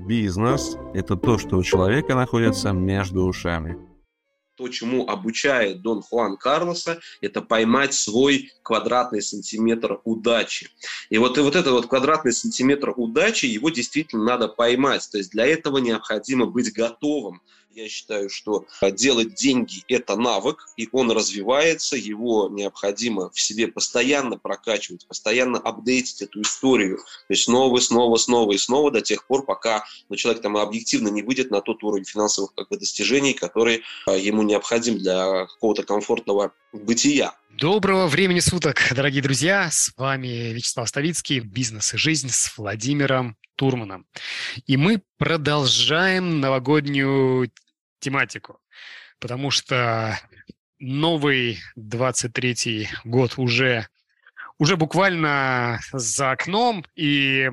Бизнес– это то, что у человека находится между ушами. То, чему обучает Дон Хуан Карлоса, это поймать свой квадратный сантиметр удачи. И вот этот квадратный сантиметр удачи, его действительно надо поймать. То есть для этого необходимо быть готовым. Я считаю, что делать деньги – это навык, и он развивается, его необходимо в себе постоянно прокачивать, постоянно апдейтить эту историю. То есть снова и снова до тех пор, пока человек там объективно не выйдет на тот уровень финансовых достижений, который ему необходим для какого-то комфортного бытия. Доброго времени суток, дорогие друзья! С вами Вячеслав Ставицкий, «Бизнес и жизнь» с Владимиром Турманом. И мы продолжаем новогоднюю тематику, потому что новый 23-й год уже буквально за окном, и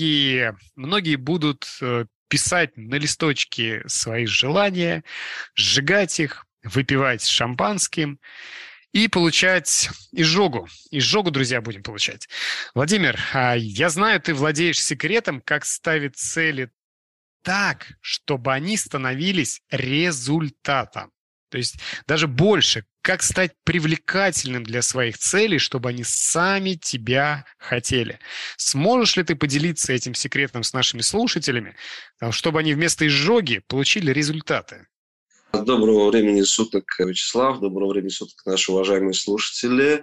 многие будут писать на листочке свои желания, сжигать их, выпивать шампанским и получать изжогу. Изжогу, друзья, будем получать. Владимир, я знаю, ты владеешь секретом, как ставить цели так, чтобы они становились результатом. То есть даже больше, как стать привлекательным для своих целей, чтобы они сами тебя хотели. Сможешь ли ты поделиться этим секретом с нашими слушателями, чтобы они вместо изжоги получили результаты? Доброго времени суток, Вячеслав, доброго времени суток, наши уважаемые слушатели.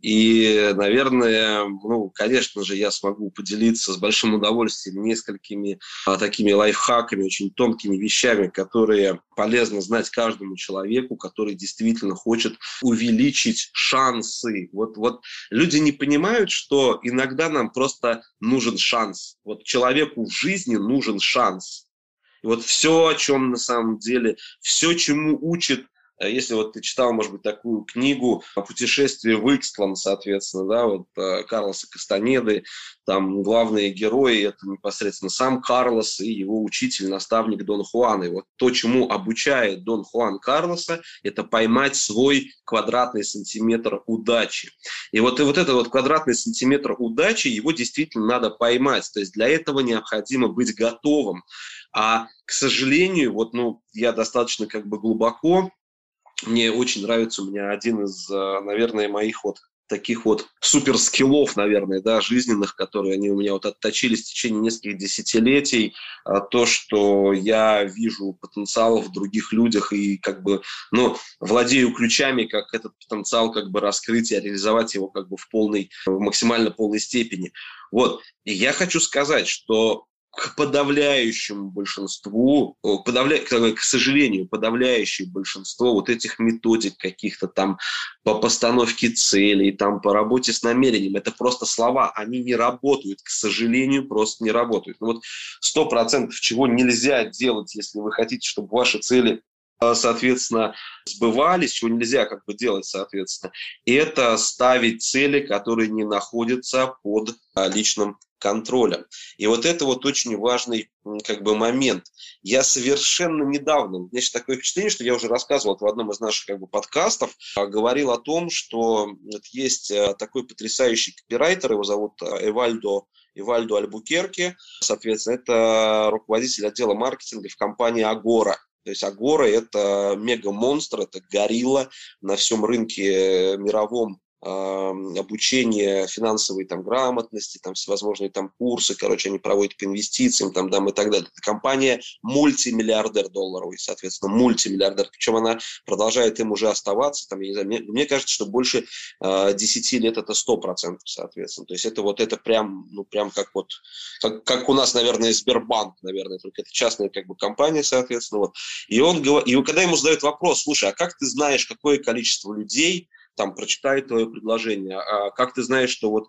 И, наверное, конечно же, я смогу поделиться с большим удовольствием несколькими такими лайфхаками, очень тонкими вещами, которые полезно знать каждому человеку, который действительно хочет увеличить шансы. Вот люди не понимают, что иногда нам просто нужен шанс. Вот человеку в жизни нужен шанс. И вот все, о чем на самом деле, все, чему учит, если вот ты читал, может быть, такую книгу «Путешествие в Икстланд», соответственно, да, вот Карлоса Кастанеды, там главные герои – это непосредственно сам Карлос и его учитель, наставник Дон Хуан. И вот то, чему обучает Дон Хуан Карлоса, это поймать свой квадратный сантиметр удачи. И вот этот квадратный сантиметр удачи, его действительно надо поймать. То есть для этого необходимо быть готовым. А, к сожалению, я достаточно глубоко, мне очень нравится, у меня один из, наверное, моих таких суперскиллов, наверное, да, жизненных, которые они у меня отточились в течение нескольких десятилетий, то, что я вижу потенциал в других людях и владею ключами, как этот потенциал раскрыть и реализовать его в максимально полной степени. Вот. И я хочу сказать, что к подавляющему большинству, к сожалению, подавляющее большинство этих методик каких-то там по постановке целей, там по работе с намерением, это просто слова, они не работают, к сожалению, просто не работают. 100% чего нельзя делать, если вы хотите, чтобы ваши цели, соответственно, сбывались, чего нельзя делать, соответственно, это ставить цели, которые не находятся под личным контролем. И это очень важный момент. Я совершенно недавно, у меня сейчас такое впечатление, что я уже рассказывал в одном из наших подкастов, говорил о том, что есть такой потрясающий копирайтер, его зовут Эвальдо Альбукерке, соответственно, это руководитель отдела маркетинга в компании Agora. То есть Agora – это мега-монстр, это горилла на всем рынке мировом обучение финансовой грамотности, всевозможные курсы, они проводят по инвестициям, и так далее. Это компания мультимиллиардер долларовый, соответственно, мультимиллиардер, причем она продолжает им уже оставаться, я не знаю, мне кажется, что больше 10 лет это 100%, соответственно. То есть это прям как у нас, наверное, Сбербанк, наверное, только это частная компания, соответственно. И когда ему задают вопрос: слушай, а как ты знаешь, какое количество людей прочитает твое предложение, а как ты знаешь, что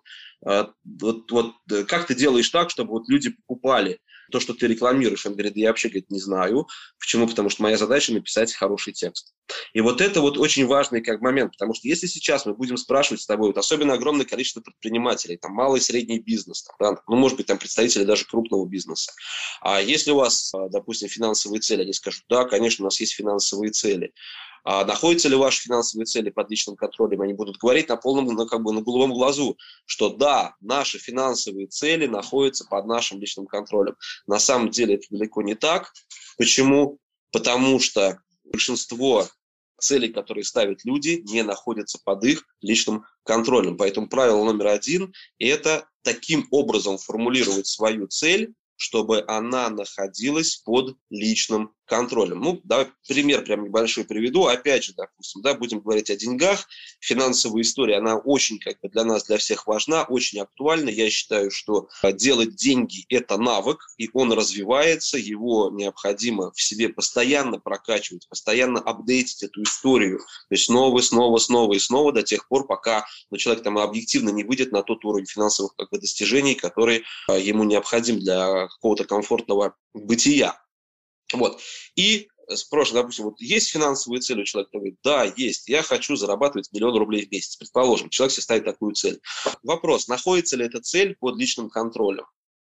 как ты делаешь так, чтобы люди покупали то, что ты рекламируешь? Он говорит: я вообще не знаю. Почему? Потому что моя задача написать хороший текст. И это очень важный момент, потому что если сейчас мы будем спрашивать с тобой, особенно огромное количество предпринимателей, малый и средний бизнес, может быть, представители даже крупного бизнеса, а если у вас, допустим, финансовые цели, они скажут: да, конечно, у нас есть финансовые цели. А находятся ли ваши финансовые цели под личным контролем? Они будут говорить на полном, на голубом глазу, что да, наши финансовые цели находятся под нашим личным контролем. На самом деле это далеко не так. Почему? Потому что большинство целей, которые ставят люди, не находятся под их личным контролем. Поэтому правило номер 1 – это таким образом формулировать свою цель, чтобы она находилась под личным контролем. Ну, давай пример прям небольшой приведу. Опять же, допустим, да, будем говорить о деньгах. Финансовая история, она очень для нас, для всех важна, очень актуальна. Я считаю, что делать деньги – это навык, и он развивается, его необходимо в себе постоянно прокачивать, постоянно апдейтить эту историю. То есть снова и снова до тех пор, пока человек там объективно не выйдет на тот уровень финансовых достижений, который ему необходим для какого-то комфортного бытия. Вот. И спрашиваю, допустим, вот есть финансовые цели у человека? Он говорит, да, есть. Я хочу зарабатывать 1 000 000 рублей в месяц. Предположим, человек себе ставит такую цель. Вопрос, находится ли эта цель под личным контролем?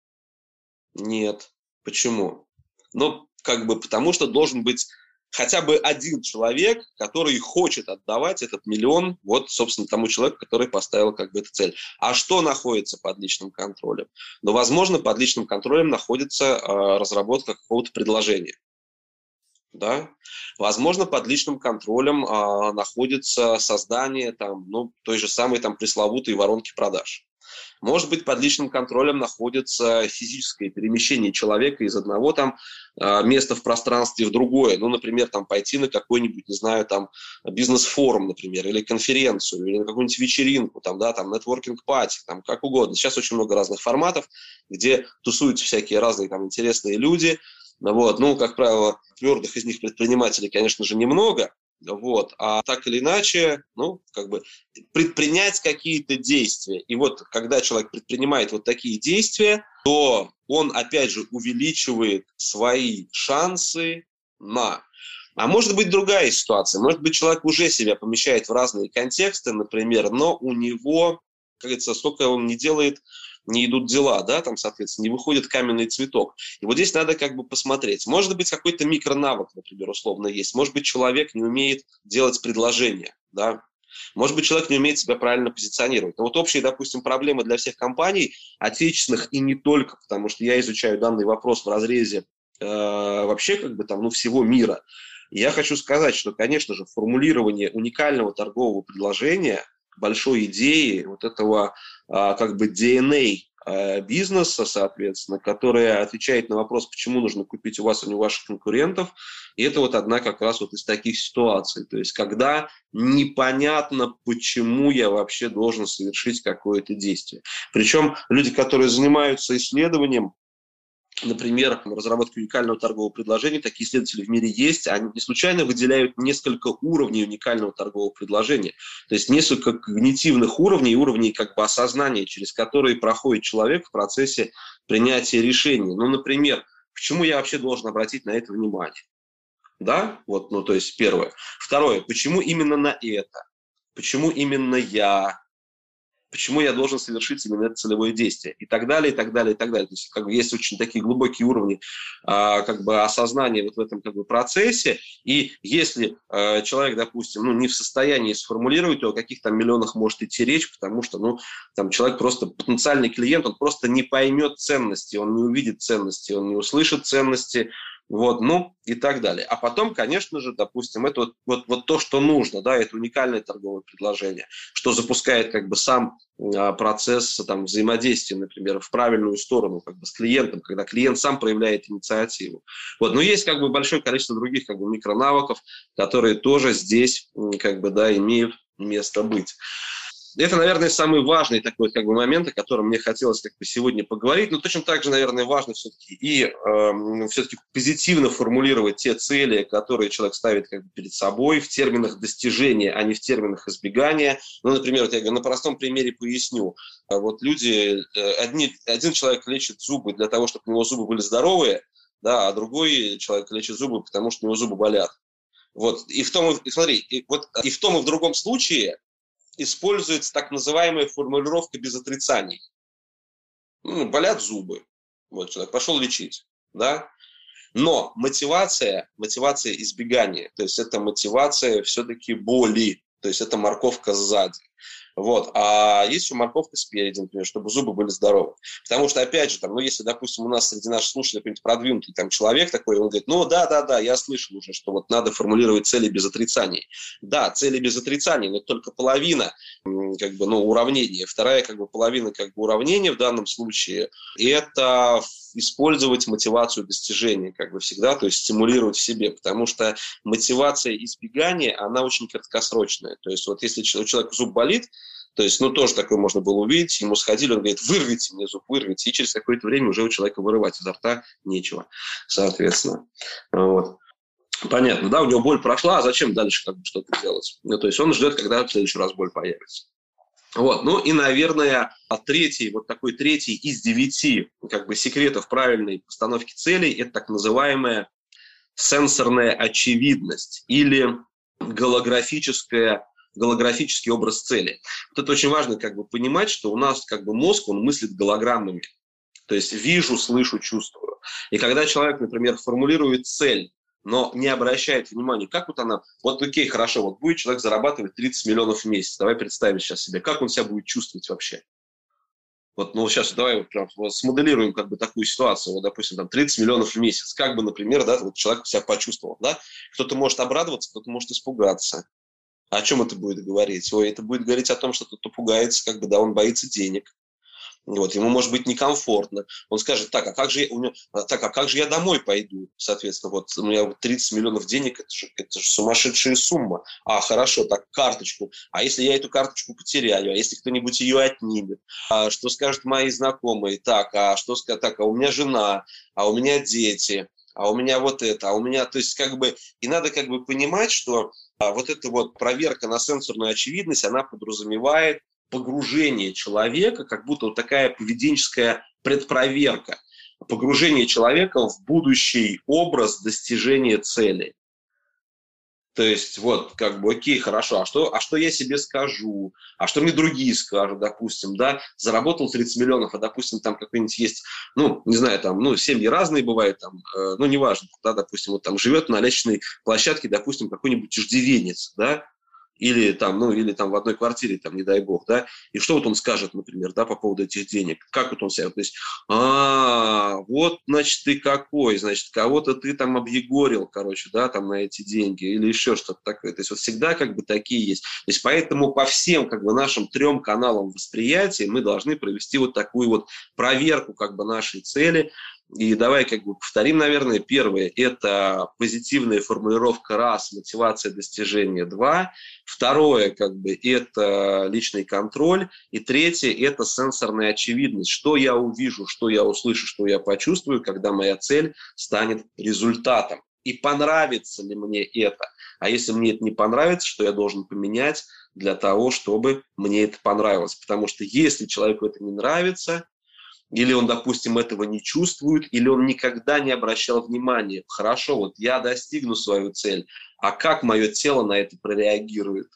Нет. Почему? Ну, потому что должен быть хотя бы один человек, который хочет отдавать этот 1 000 000, вот, собственно, тому человеку, который поставил эту цель. А что находится под личным контролем? Ну, возможно, под личным контролем находится разработка какого-то предложения. Да? Возможно, под личным контролем находится создание той же самой пресловутой воронки продаж. Может быть, под личным контролем находится физическое перемещение человека из одного места в пространстве в другое. Ну, например, пойти на какой-нибудь, не знаю, бизнес-форум, например, или конференцию, или на какую-нибудь вечеринку, нетворкинг-пати, как угодно. Сейчас очень много разных форматов, где тусуются всякие разные интересные люди. Вот. Ну, как правило, твердых из них предпринимателей, конечно же, немного. Вот. А так или иначе, предпринять какие-то действия. И вот, когда человек предпринимает вот такие действия, то он, опять же, увеличивает свои шансы на... А может быть, другая ситуация. Может быть, человек уже себя помещает в разные контексты, например, но у него, как говорится, столько он не делает, не идут дела, да, соответственно, не выходит каменный цветок. И вот здесь надо посмотреть. Может быть, какой-то микронавык, например, условно есть. Может быть, человек не умеет делать предложения, да. Может быть, человек не умеет себя правильно позиционировать. Но вот общие, допустим, проблемы для всех компаний, отечественных и не только, потому что я изучаю данный вопрос в разрезе вообще всего мира. И я хочу сказать, что, конечно же, формулирование уникального торгового предложения, большой идеи, вот этого DNA бизнеса, соответственно, которая отвечает на вопрос, почему нужно купить у вас, а не у ваших конкурентов. И это вот одна как раз вот из таких ситуаций. То есть, когда непонятно, почему я вообще должен совершить какое-то действие. Причем люди, которые занимаются исследованием, например, разработка уникального торгового предложения, такие исследователи в мире есть, они не случайно выделяют несколько уровней уникального торгового предложения, то есть несколько когнитивных уровней осознания, через которые проходит человек в процессе принятия решений. Ну, например, почему я вообще должен обратить на это внимание? Да, вот, то есть первое. Второе, почему именно на это? Почему именно я? Почему я должен совершить именно это целевое действие? И так далее, и так далее, и так далее. То есть есть очень такие глубокие уровни осознания вот в этом процессе. И если человек, допустим, не в состоянии сформулировать, то о каких миллионах может идти речь, потому что человек просто потенциальный клиент, он просто не поймет ценности, он не увидит ценности, он не услышит ценности. Вот, и так далее. А потом, конечно же, допустим, это вот то, что нужно, да, это уникальное торговое предложение, что запускает сам процесс взаимодействия, например, в правильную сторону с клиентом, когда клиент сам проявляет инициативу. Вот, но есть большое количество других микронавыков, которые тоже здесь имеют место быть. Это, наверное, самый важный такой момент, о котором мне хотелось сегодня поговорить. Но точно так же, наверное, важно все-таки все-таки позитивно формулировать те цели, которые человек ставит перед собой в терминах достижения, а не в терминах избегания. Ну, например, я на простом примере поясню. Вот люди, один человек лечит зубы для того, чтобы у него зубы были здоровые, да, а другой человек лечит зубы, потому что у него зубы болят. Вот. И в том и в другом случае используется так называемая формулировка без отрицаний. Болят зубы. Вот человек пошел лечить. Да? Но мотивация избегания, то есть это мотивация все-таки боли, то есть это морковка сзади. Вот. А есть еще морковка спереди, например, чтобы зубы были здоровы. Потому что, опять же, там, если, допустим, у нас среди наших слушателей какой-нибудь продвинутый там, человек такой, он говорит, да, я слышал уже, что вот надо формулировать цели без отрицаний. Да, цели без отрицаний, но это только половина уравнения. Вторая половина уравнения в данном случае – это использовать мотивацию достижения всегда, то есть стимулировать в себе, потому что мотивация избегания, она очень краткосрочная. То есть вот если у человека зуб болит, то есть, тоже такое можно было увидеть, ему сходили, он говорит, вырвите мне зуб, вырвите, и через какое-то время уже у человека вырывать изо рта нечего, соответственно. Вот. Понятно, да, у него боль прошла, а зачем дальше что-то делать? То есть он ждет, когда в следующий раз боль появится. Вот, и, наверное, третий из 9 секретов правильной постановки целей – это так называемая сенсорная очевидность или голографический образ цели. Вот это очень важно понимать, что у нас мозг, он мыслит голограммами. То есть вижу, слышу, чувствую. И когда человек, например, формулирует цель, но не обращает внимания, как вот она, окей, хорошо, будет человек зарабатывать 30 миллионов в месяц, давай представим сейчас себе, как он себя будет чувствовать вообще. Сейчас давай смоделируем такую ситуацию, допустим, там 30 миллионов в месяц, например, человек себя почувствовал, да, кто-то может обрадоваться, кто-то может испугаться. О чем это будет говорить? Это будет говорить о том, что кто-то пугается, он боится денег. Ему может быть некомфортно. Он скажет, а как же я домой пойду? Соответственно, у меня 30 миллионов денег, это же сумасшедшая сумма. Хорошо, так, карточку. А если я эту карточку потеряю? А если кто-нибудь ее отнимет? А что скажут мои знакомые? А у меня жена, а у меня дети, а у меня это, а у меня... То есть, и надо понимать, что эта проверка на сенсорную очевидность, она подразумевает погружение человека, как будто такая поведенческая предпроверка, погружение человека в будущий образ достижения цели. То есть, окей, хорошо, а что я себе скажу, а что мне другие скажут, допустим, да, заработал 30 миллионов, а, допустим, там какой-нибудь есть, не знаю, там, семьи разные бывают, там, неважно, да, допустим, там живет на лестничной площадке, допустим, какой-нибудь иждивенец, да, или там в одной квартире, там, не дай бог, да, и что он скажет, например, да, по поводу этих денег, как он себя, то есть, значит, ты какой, значит, кого-то ты там объегорил, да, там, на эти деньги, или еще что-то такое, то есть, всегда, такие есть, то есть, поэтому по всем, нашим 3 каналам восприятия мы должны провести такую проверку, нашей цели. И давай повторим, наверное. Первое – это позитивная формулировка раз, мотивация достижения 2. Второе – это личный контроль. И третье – это сенсорная очевидность. Что я увижу, что я услышу, что я почувствую, когда моя цель станет результатом. И понравится ли мне это? А если мне это не понравится, что я должен поменять для того, чтобы мне это понравилось? Потому что если человеку это не нравится, или он, допустим, этого не чувствует, или он никогда не обращал внимания. Хорошо, я достигну свою цель, а как мое тело на это прореагирует?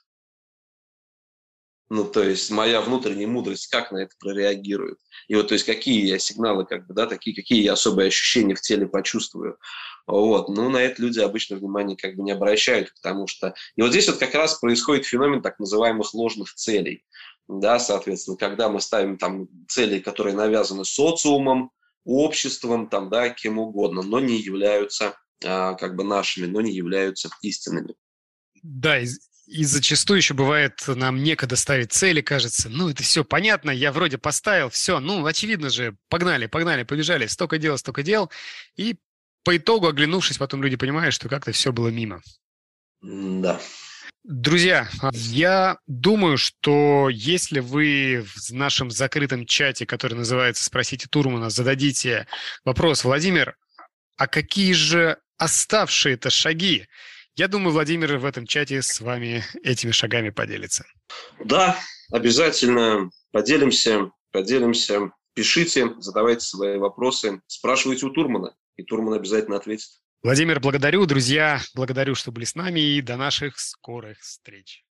То есть моя внутренняя мудрость как на это прореагирует? И то есть какие я сигналы, какие я особые ощущения в теле почувствую? На это люди обычно внимания не обращают, потому что... И здесь как раз происходит феномен так называемых ложных целей. Да, соответственно, когда мы ставим там цели, которые навязаны социумом, обществом, там, да, кем угодно, но не являются нашими, но не являются истинными. Да, и зачастую еще бывает, нам некогда ставить цели, кажется, это все понятно, я вроде поставил, все, очевидно же, погнали, побежали, столько дел, и по итогу, оглянувшись, потом люди понимают, что как-то все было мимо. Да. Друзья, я думаю, что если вы в нашем закрытом чате, который называется «Спросите Турмана», зададите вопрос: Владимир, а какие же оставшие-то шаги? Я думаю, Владимир в этом чате с вами этими шагами поделится. Да, обязательно поделимся. Пишите, задавайте свои вопросы, спрашивайте у Турмана, и Турман обязательно ответит. Владимир, благодарю. Друзья, благодарю, что были с нами, и до наших скорых встреч.